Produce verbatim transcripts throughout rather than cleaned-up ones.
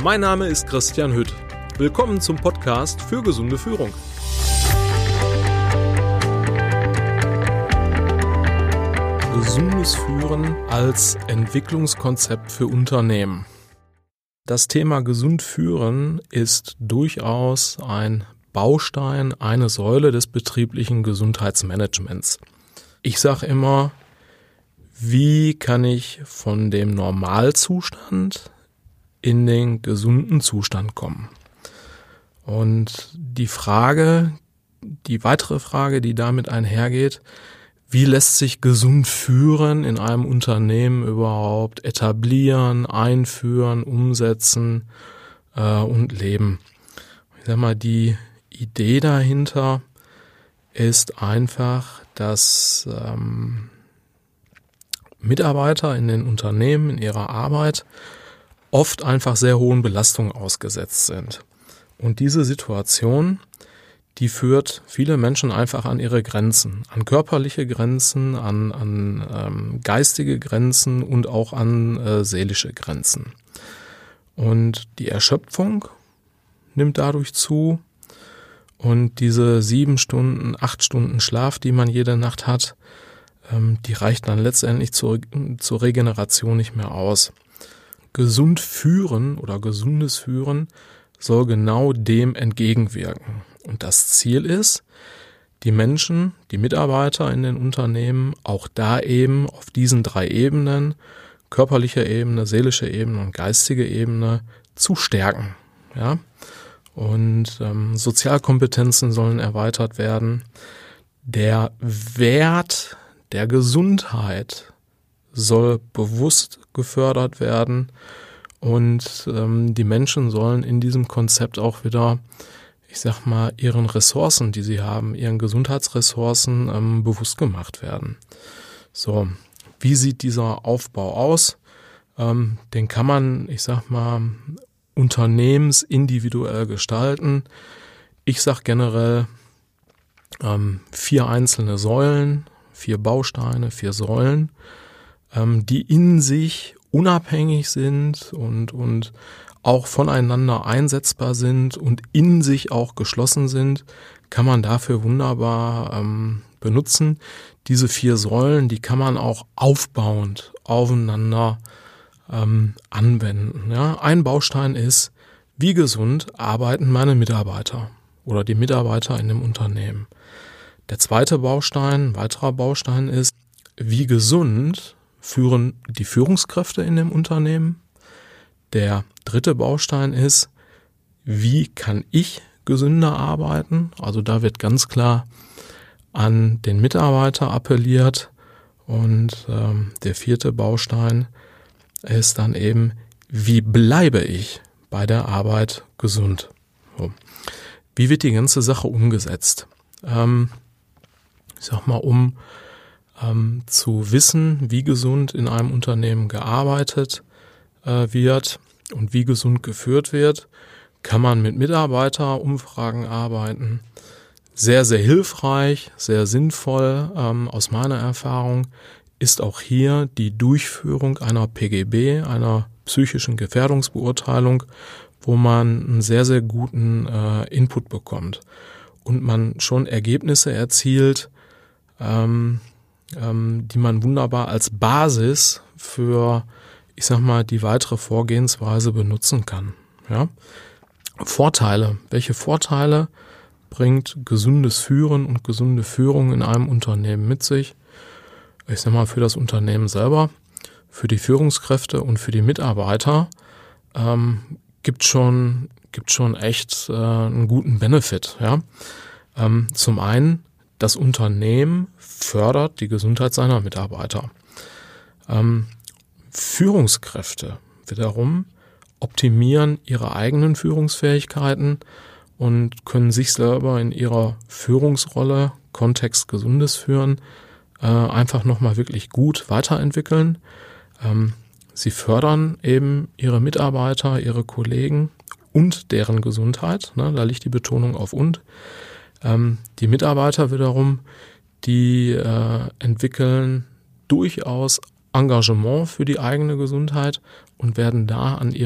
Mein Name ist Christian Hütt. Willkommen zum Podcast für gesunde Führung. Gesundes Führen als Entwicklungskonzept für Unternehmen. Das Thema gesund führen ist durchaus ein Baustein, eine Säule des betrieblichen Gesundheitsmanagements. Ich sage immer, wie kann ich von dem Normalzustand in den gesunden Zustand kommen? Und die Frage, die weitere Frage, die damit einhergeht, wie lässt sich gesund führen in einem Unternehmen überhaupt etablieren, einführen, umsetzen äh, und leben? Ich sag mal, die Idee dahinter ist einfach, dass ähm, Mitarbeiter in den Unternehmen, in ihrer Arbeit oft einfach sehr hohen Belastungen ausgesetzt sind. Und diese Situation, die führt viele Menschen einfach an ihre Grenzen, an körperliche Grenzen, an, an ähm, geistige Grenzen und auch an äh, seelische Grenzen. Und die Erschöpfung nimmt dadurch zu und diese sieben Stunden, acht Stunden Schlaf, die man jede Nacht hat, ähm, die reicht dann letztendlich zur, zur Regeneration nicht mehr aus. Gesund führen oder gesundes Führen soll genau dem entgegenwirken. Und das Ziel ist, die Menschen, die Mitarbeiter in den Unternehmen auch da eben auf diesen drei Ebenen, körperliche Ebene, seelische Ebene und geistige Ebene, zu stärken. Ja? Und ähm, Sozialkompetenzen sollen erweitert werden. Der Wert der Gesundheit soll bewusst gefördert werden. Und ähm, die Menschen sollen in diesem Konzept auch wieder, ich sag mal, ihren Ressourcen, die sie haben, ihren Gesundheitsressourcen ähm, bewusst gemacht werden. So, wie sieht dieser Aufbau aus? Ähm, den kann man, ich sag mal, unternehmensindividuell gestalten. Ich sag generell ähm, vier einzelne Säulen, vier Bausteine, vier Säulen, ähm, die in sich unabhängig sind und, und auch voneinander einsetzbar sind und in sich auch geschlossen sind, kann man dafür wunderbar ähm, benutzen. Diese vier Säulen, die kann man auch aufbauend aufeinander ähm, anwenden. Ja? Ein Baustein ist, wie gesund arbeiten meine Mitarbeiter oder die Mitarbeiter in dem Unternehmen. Der zweite Baustein, ein weiterer Baustein ist, wie gesund führen die Führungskräfte in dem Unternehmen. Der dritte Baustein ist, wie kann ich gesünder arbeiten? Also da wird ganz klar an den Mitarbeiter appelliert. Und ähm, der vierte Baustein ist dann eben, wie bleibe ich bei der Arbeit gesund? So. Wie wird die ganze Sache umgesetzt? Ähm, ich sag mal, um ähm, zu wissen, wie gesund in einem Unternehmen gearbeitet äh, wird und wie gesund geführt wird, kann man mit Mitarbeiterumfragen arbeiten. Sehr, sehr hilfreich, sehr sinnvoll. Ähm, aus meiner Erfahrung ist auch hier die Durchführung einer P G B, einer psychischen Gefährdungsbeurteilung, wo man einen sehr, sehr guten äh, Input bekommt und man schon Ergebnisse erzielt, ähm, ähm, die man wunderbar als Basis für, ich sag mal, die weitere Vorgehensweise benutzen kann. Ja? Vorteile. Welche Vorteile bringt gesundes Führen und gesunde Führung in einem Unternehmen mit sich? Ich sag mal, für das Unternehmen selber, für die Führungskräfte und für die Mitarbeiter ähm, gibt schon gibt schon echt äh, einen guten Benefit. Ja? Ähm, zum einen, das Unternehmen fördert die Gesundheit seiner Mitarbeiter. Ähm, Führungskräfte wiederum optimieren ihre eigenen Führungsfähigkeiten und können sich selber in ihrer Führungsrolle, Kontext gesundes Führen, äh, einfach nochmal wirklich gut weiterentwickeln. Ähm, sie fördern eben ihre Mitarbeiter, ihre Kollegen und deren Gesundheit. Ne, da liegt die Betonung auf und. Ähm, die Mitarbeiter wiederum, die äh, entwickeln durchaus Engagement für die eigene Gesundheit und werden da an ihre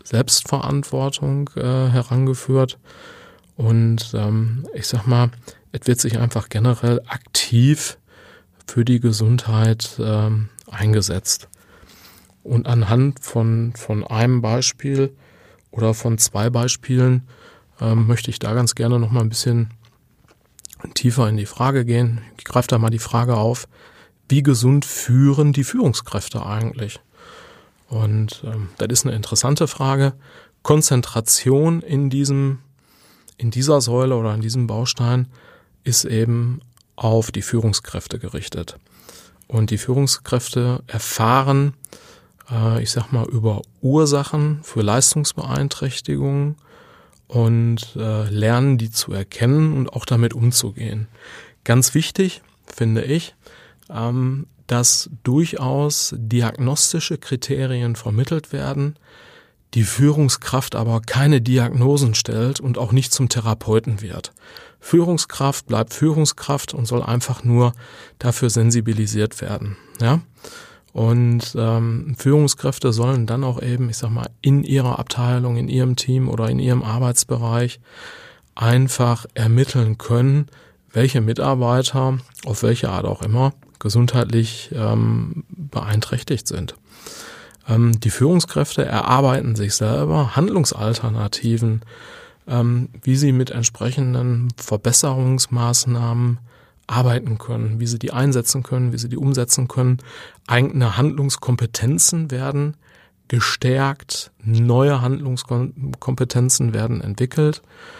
Selbstverantwortung äh, herangeführt. Und ähm, ich sag mal, es wird sich einfach generell aktiv für die Gesundheit ähm, eingesetzt. Und anhand von, von einem Beispiel oder von zwei Beispielen ähm, möchte ich da ganz gerne noch mal ein bisschen tiefer in die Frage gehen. Ich greife da mal die Frage auf, wie gesund führen die Führungskräfte eigentlich? Und ähm, das ist eine interessante Frage. Konzentration in diesem, in dieser Säule oder in diesem Baustein ist eben auf die Führungskräfte gerichtet. Und die Führungskräfte erfahren, äh, ich sag mal, über Ursachen für Leistungsbeeinträchtigungen und äh, lernen, die zu erkennen und auch damit umzugehen. Ganz wichtig, finde ich, ähm, dass durchaus diagnostische Kriterien vermittelt werden, die Führungskraft aber keine Diagnosen stellt und auch nicht zum Therapeuten wird. Führungskraft bleibt Führungskraft und soll einfach nur dafür sensibilisiert werden. Ja? Und ähm, Führungskräfte sollen dann auch eben, ich sag mal, in ihrer Abteilung, in ihrem Team oder in ihrem Arbeitsbereich einfach ermitteln können, welche Mitarbeiter, auf welche Art auch immer, gesundheitlich ähm, beeinträchtigt sind. Ähm, die Führungskräfte erarbeiten sich selber Handlungsalternativen, ähm, wie sie mit entsprechenden Verbesserungsmaßnahmen arbeiten können, wie sie die einsetzen können, wie sie die umsetzen können. Eigene Handlungskompetenzen werden gestärkt, neue Handlungskompetenzen werden entwickelt.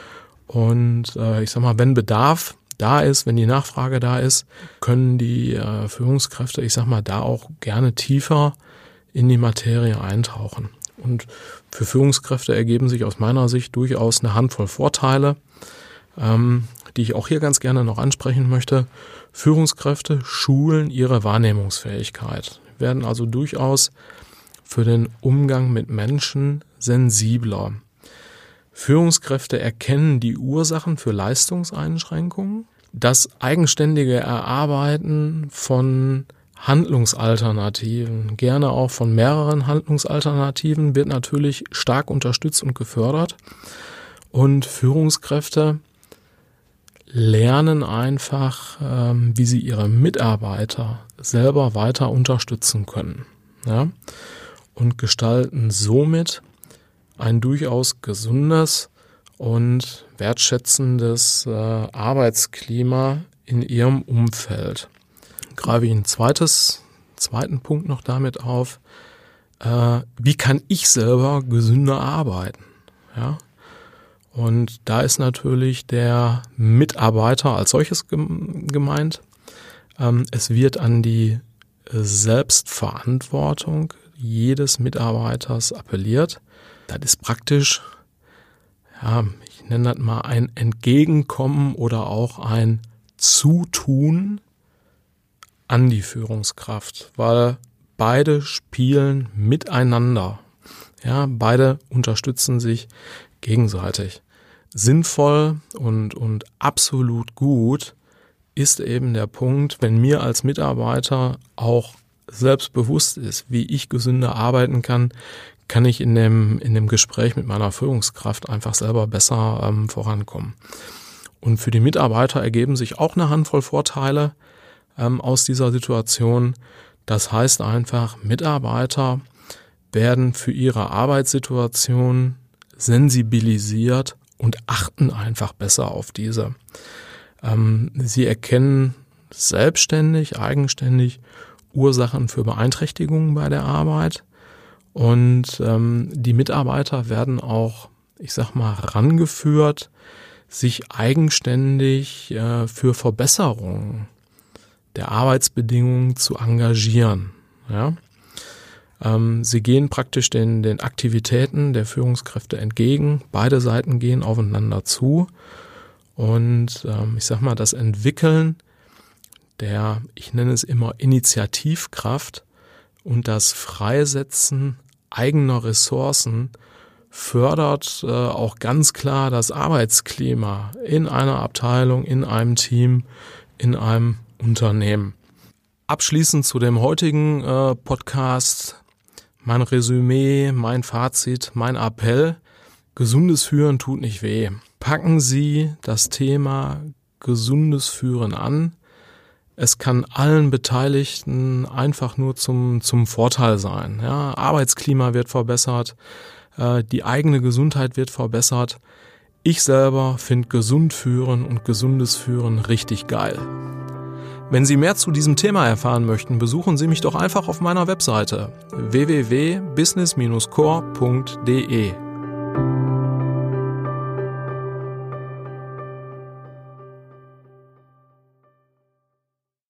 Und äh, ich sag mal, wenn Bedarf da ist, wenn die Nachfrage da ist, können die äh, Führungskräfte, ich sag mal, da auch gerne tiefer in die Materie eintauchen. Und für Führungskräfte ergeben sich aus meiner Sicht durchaus eine Handvoll Vorteile, ähm, die ich auch hier ganz gerne noch ansprechen möchte. Führungskräfte schulen ihre Wahrnehmungsfähigkeit, werden also durchaus für den Umgang mit Menschen sensibler. Führungskräfte erkennen die Ursachen für Leistungseinschränkungen. Das eigenständige Erarbeiten von Handlungsalternativen, gerne auch von mehreren Handlungsalternativen, wird natürlich stark unterstützt und gefördert. Und Führungskräfte lernen einfach, ähm, wie sie ihre Mitarbeiter selber weiter unterstützen können. Ja? Und gestalten somit ein durchaus gesundes und wertschätzendes äh, Arbeitsklima in ihrem Umfeld. Greife ich ein zweites, zweiten Punkt noch damit auf, äh, wie kann ich selber gesünder arbeiten? Ja? Und da ist natürlich der Mitarbeiter als solches gemeint. Ähm, es wird an die Selbstverantwortung jedes Mitarbeiters appelliert. Das ist praktisch, ja, ich nenne das mal ein Entgegenkommen oder auch ein Zutun an die Führungskraft, weil beide spielen miteinander. Ja, beide unterstützen sich gegenseitig. Sinnvoll und, und absolut gut ist eben der Punkt, wenn mir als Mitarbeiter auch selbstbewusst ist, wie ich gesünder arbeiten kann, kann ich in dem, in dem Gespräch mit meiner Führungskraft einfach selber besser ähm, vorankommen. Und für die Mitarbeiter ergeben sich auch eine Handvoll Vorteile ähm, aus dieser Situation. Das heißt einfach, Mitarbeiter werden für ihre Arbeitssituation sensibilisiert und achten einfach besser auf diese. Ähm, sie erkennen selbstständig, eigenständig Ursachen für Beeinträchtigungen bei der Arbeit. Und ähm, die Mitarbeiter werden auch, ich sag mal, rangeführt, sich eigenständig äh, für Verbesserungen der Arbeitsbedingungen zu engagieren. Ja? Ähm, sie gehen praktisch den, den Aktivitäten der Führungskräfte entgegen. Beide Seiten gehen aufeinander zu. Und ähm, ich sag mal, das Entwickeln der, ich nenne es immer Initiativkraft und das Freisetzen eigener Ressourcen fördert äh, auch ganz klar das Arbeitsklima in einer Abteilung, in einem Team, in einem Unternehmen. Abschließend zu dem heutigen äh, Podcast mein Resümee, mein Fazit, mein Appell: Gesundes Führen tut nicht weh. Packen Sie das Thema gesundes Führen an. Es kann allen Beteiligten einfach nur zum, zum Vorteil sein. Ja, Arbeitsklima wird verbessert, äh, die eigene Gesundheit wird verbessert. Ich selber finde gesund führen und gesundes Führen richtig geil. Wenn Sie mehr zu diesem Thema erfahren möchten, besuchen Sie mich doch einfach auf meiner Webseite w w w punkt business Bindestrich core punkt d e.